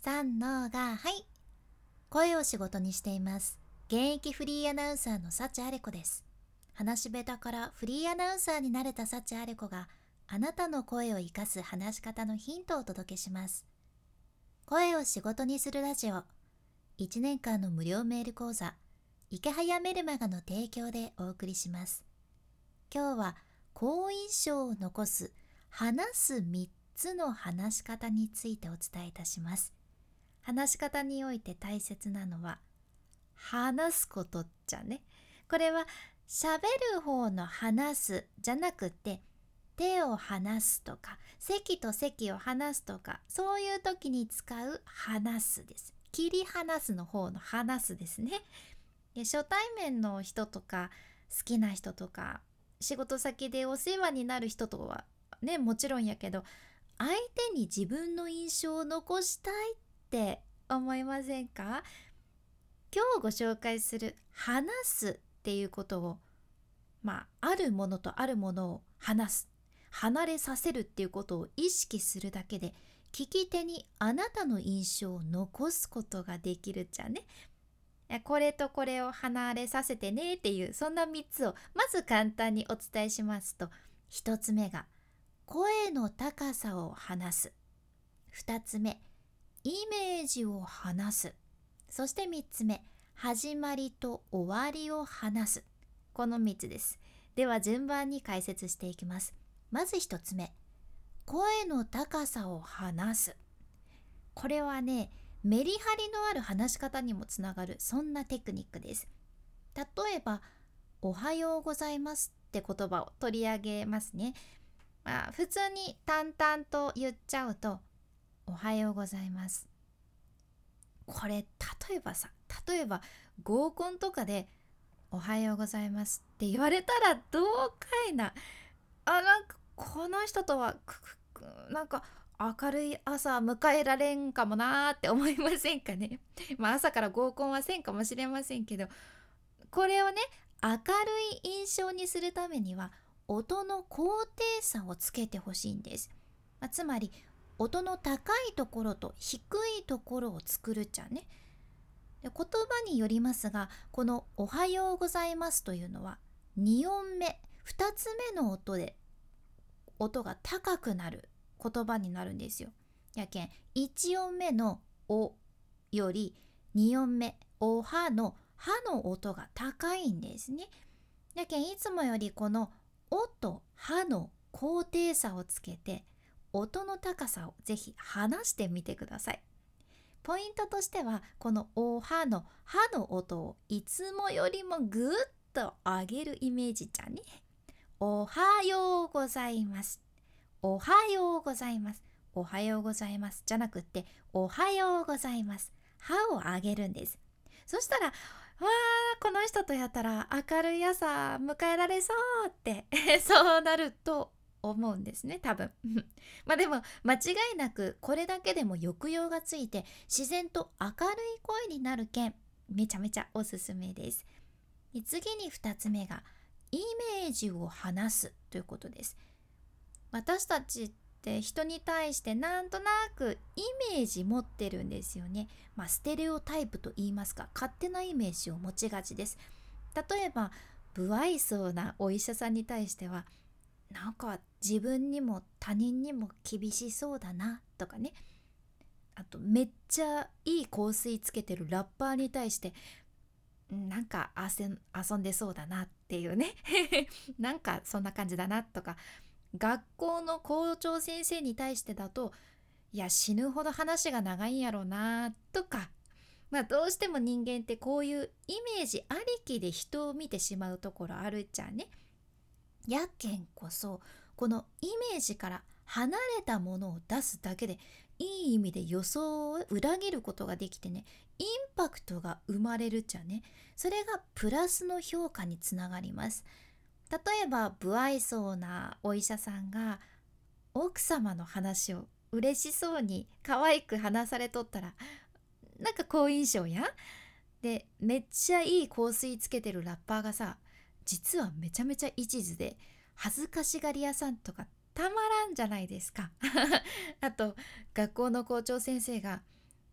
三のがはい。声を仕事にしています。現役フリーアナウンサーの幸あれ子です。話し下手からフリーアナウンサーになれた幸あれ子があなたの声を生かす話し方のヒントをお届けします。声を仕事にするラジオ。1年間の無料メール講座池早メルマガの提供でお送りします。今日は好印象を残す話す3つの話し方についてお伝えいたします。話し方において大切なのは話すことっちゃね。これは喋る方の話すじゃなくて、手を離すとか席と席を離すとか、そういう時に使う話すです。切り離すの方の話すですね。で、初対面の人とか好きな人とか仕事先でお世話になる人とはね、もちろんやけど、相手に自分の印象を残したいって思いませんか？今日ご紹介する話すっていうことを、あるものとあるものを話す、離れさせるっていうことを意識するだけで、聞き手にあなたの印象を残すことができるじゃね。これとこれを離れさせてねっていう、そんな3つをまず簡単にお伝えしますと、1つ目が声の高さを話す。2つ目、イメージを話す。そして3つ目、始まりと終わりを話す。この3つです。では順番に解説していきます。まず1つ目、声の高さを話す。これはね、メリハリのある話し方にもつながる、そんなテクニックです。例えば、おはようございますって言葉を取り上げますね。普通に淡々と言っちゃうと、おはようございます。これ例えば合コンとかでおはようございますって言われたらどうかいな。なんかこの人とはなんか明るい朝迎えられんかもなーって思いませんかね。朝から合コンはせんかもしれませんけど、これをね、明るい印象にするためには音の高低差をつけてほしいんです。つまり音の高いところと低いところを作るっちゃね。で、言葉によりますが、このおはようございますというのは2音目、2つ目の音で音が高くなる言葉になるんですよ。やけん1音目のおより2音目おはのはの音が高いんですね。やけんいつもよりこのおとはの高低差をつけて音の高さをぜひ話してみてください。ポイントとしては、このおはのはの音をいつもよりもぐっと上げるイメージじゃね。おはようございます。おはようございます。おはようございますじゃなくって、おはようございます。はを上げるんです。そしたら、この人とやったら明るい朝迎えられそうってそうなると思うんですね、多分。でも間違いなくこれだけでも抑揚がついて自然と明るい声になるけん、めちゃめちゃおすすめです。で、次に2つ目がイメージを話すということです。私たちって人に対してなんとなくイメージ持ってるんですよね。ステレオタイプと言いますか、勝手なイメージを持ちがちです。例えば不愛想なお医者さんに対しては、なんか自分にも他人にも厳しそうだなとかね。あとめっちゃいい香水つけてるラッパーに対して、なんか遊んでそうだなっていうねなんかそんな感じだなとか、学校の校長先生に対してだと、いや死ぬほど話が長いんやろうなとか、どうしても人間ってこういうイメージありきで人を見てしまうところあるじゃんね。やけんこそこのイメージから離れたものを出すだけで、いい意味で予想を裏切ることができてね、インパクトが生まれるじゃね。それがプラスの評価につながります。例えば不愛想なお医者さんが奥様の話を嬉しそうに可愛く話されとったら、なんか好印象や。で、めっちゃいい香水つけてるラッパーがさ、実はめちゃめちゃ一途で恥ずかしがり屋さんとかたまらんじゃないですかあと学校の校長先生が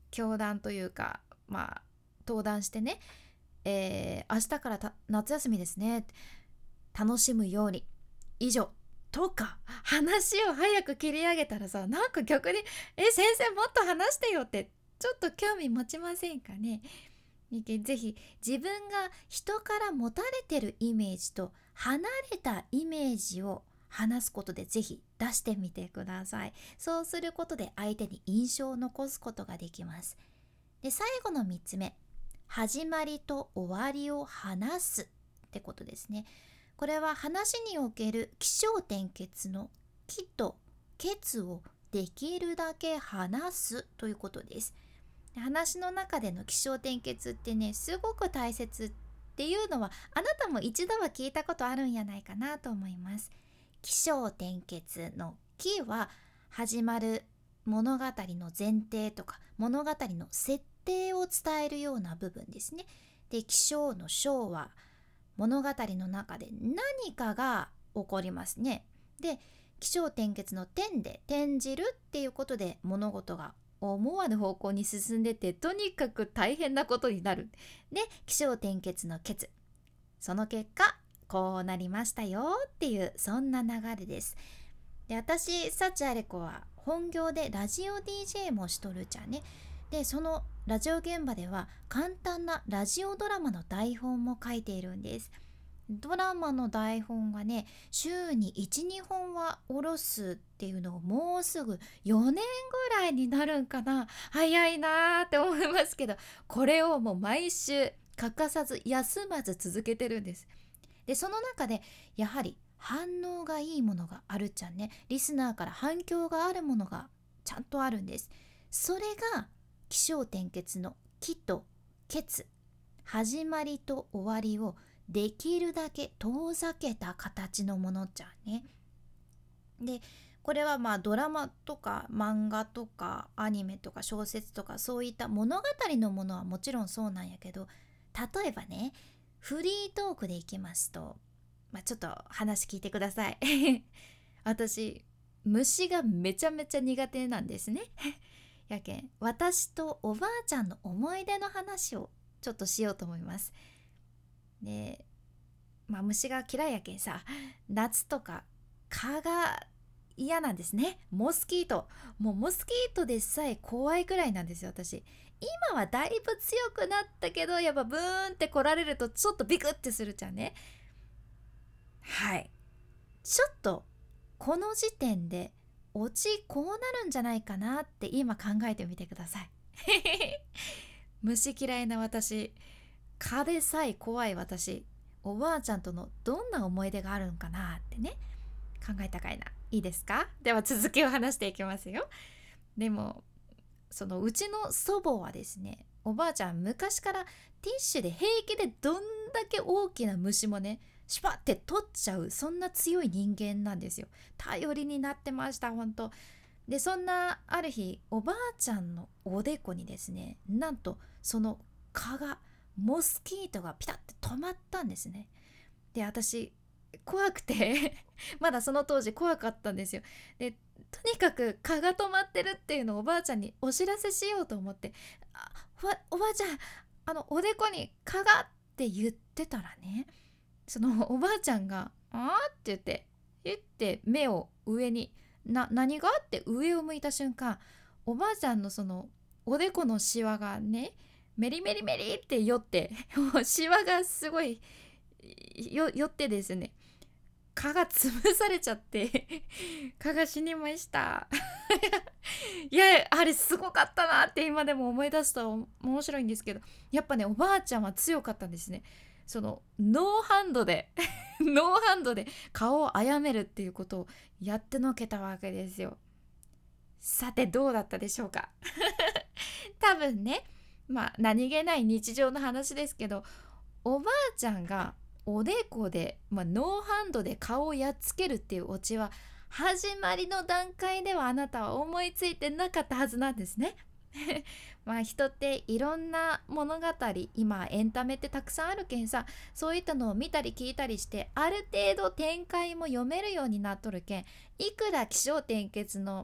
教壇というか登壇してね、明日から夏休みですね、楽しむように以上とか話を早く切り上げたらさ、なんか逆に先生もっと話してよってちょっと興味持ちませんかね。ぜひ自分が人から持たれてるイメージと離れたイメージを話すことでぜひ出してみてください。そうすることで相手に印象を残すことができます。で、最後の3つ目、始まりと終わりを話すってことですね。これは話における起承転結の起と結をできるだけ話すということです。話の中での起承転結ってね、すごく大切っていうのはあなたも一度は聞いたことあるんやないかなと思います。起承転結の起は始まる物語の前提とか物語の設定を伝えるような部分ですね。で、起承の承は物語の中で何かが起こりますね。で、起承転結の転で転じるっていうことで物事が思わぬ方向に進んでて、とにかく大変なことになる。で、起承転結の結、その結果こうなりましたよっていう、そんな流れです。で、私幸あれ子は本業でラジオ DJ もしとるじゃんね。で、そのラジオ現場では簡単なラジオドラマの台本も書いているんです。ドラマの台本はね、週に 1,2 本は下ろすっていうのをもうすぐ4年ぐらいになるんかな。早いなーって思いますけど、これをもう毎週欠かさず休まず続けてるんです。で、その中でやはり反応がいいものがあるっちゃんね。リスナーから反響があるものがちゃんとあるんです。それが起承転結の起と結、始まりと終わりをできるだけ遠ざけた形のものじゃんね。で、これはドラマとか漫画とかアニメとか小説とかそういった物語のものはもちろんそうなんやけど、例えばね、フリートークでいきますと、ちょっと話聞いてください。私虫がめちゃめちゃ苦手なんですね。やけん、私とおばあちゃんの思い出の話をちょっとしようと思います。で、虫が嫌いやけんさ、夏とか蚊が嫌なんですね。モスキート、もうモスキートでさえ怖いくらいなんですよ、私。今はだいぶ強くなったけど、やっぱブーンって来られるとちょっとビクってするじゃんね。はい、ちょっとこの時点でオチこうなるんじゃないかなって今考えてみてください。虫嫌いな私、蚊でさえ怖い私、おばあちゃんとのどんな思い出があるんかなってね、考えたかいな。いいですか？では続きを話していきますよ。でもそのうちの祖母はですね、おばあちゃん昔からティッシュで平気でどんだけ大きな虫もねシュパって取っちゃう、そんな強い人間なんですよ。頼りになってました、本当。で、そんなある日、おばあちゃんのおでこにですね、なんとその蚊が、モスキートがピタッて止まったんですね。で、私怖くてまだその当時怖かったんですよ。で、とにかく蚊が止まってるっていうのをおばあちゃんにお知らせしようと思って、おばあちゃん、おでこに蚊がって言ってたらね、そのおばあちゃんがって言って目を上に、何がって上を向いた瞬間、おばあちゃんのそのおでこのシワがね、メリメリメリって寄ってもうシワがすごい寄ってですね、蚊が潰されちゃって蚊が死にました。いや、あれすごかったなって今でも思い出すと面白いんですけど、やっぱね、おばあちゃんは強かったんですね。そのノーハンドでノーハンドで顔を殺めるっていうことをやってのけたわけですよ。さてどうだったでしょうか？多分ね、何気ない日常の話ですけど、おばあちゃんがおでこで、ノーハンドで顔をやっつけるっていうオチは始まりの段階ではあなたは思いついてなかったはずなんですね。人っていろんな物語、今エンタメってたくさんあるけんさ、そういったのを見たり聞いたりしてある程度展開も読めるようになっとるけん、いくら起承転結の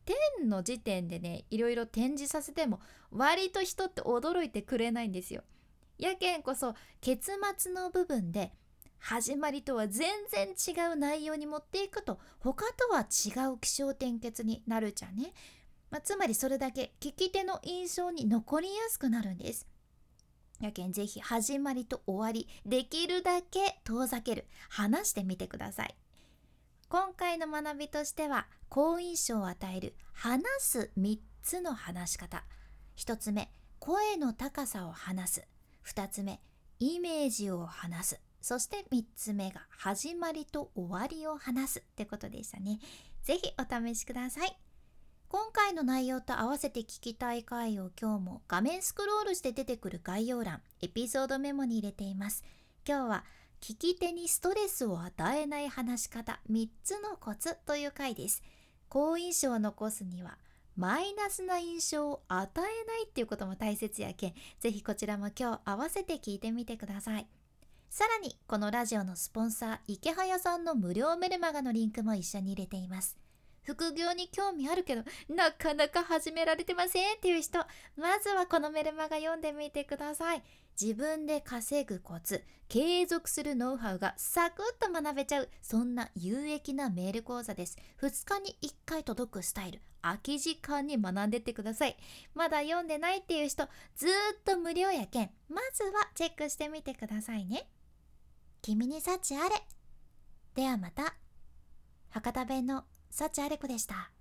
10の時点でね、いろいろ展示させても割と人って驚いてくれないんですよ。やけんこそ結末の部分で始まりとは全然違う内容に持っていくと、他とは違う起承転結になるじゃね。つまりそれだけ聞き手の印象に残りやすくなるんです。やけんぜひ始まりと終わりできるだけ遠ざける、話してみてください。今回の学びとしては、好印象を与える話す3つの話し方。1つ目、声の高さを話す。2つ目、イメージを話す。そして3つ目が始まりと終わりを話すってことでしたね。ぜひお試しください。今回の内容と合わせて聞きたい回を今日も画面スクロールして出てくる概要欄、エピソードメモに入れています。今日は聞き手にストレスを与えない話し方3つのコツという回です。好印象を残すにはマイナスな印象を与えないっていうことも大切やけん、ぜひこちらも今日合わせて聞いてみてください。さらにこのラジオのスポンサー池早さんの無料メルマガのリンクも一緒に入れています。副業に興味あるけどなかなか始められてませんっていう人、まずはこのメルマガ読んでみてください。自分で稼ぐコツ、継続するノウハウがサクッと学べちゃう、そんな有益なメール講座です。2日に1回届くスタイル、空き時間に学んでってください。まだ読んでないっていう人、ずーっと無料やけん、まずはチェックしてみてくださいね。君に幸あれ。ではまた。博多弁の幸あれ子でした。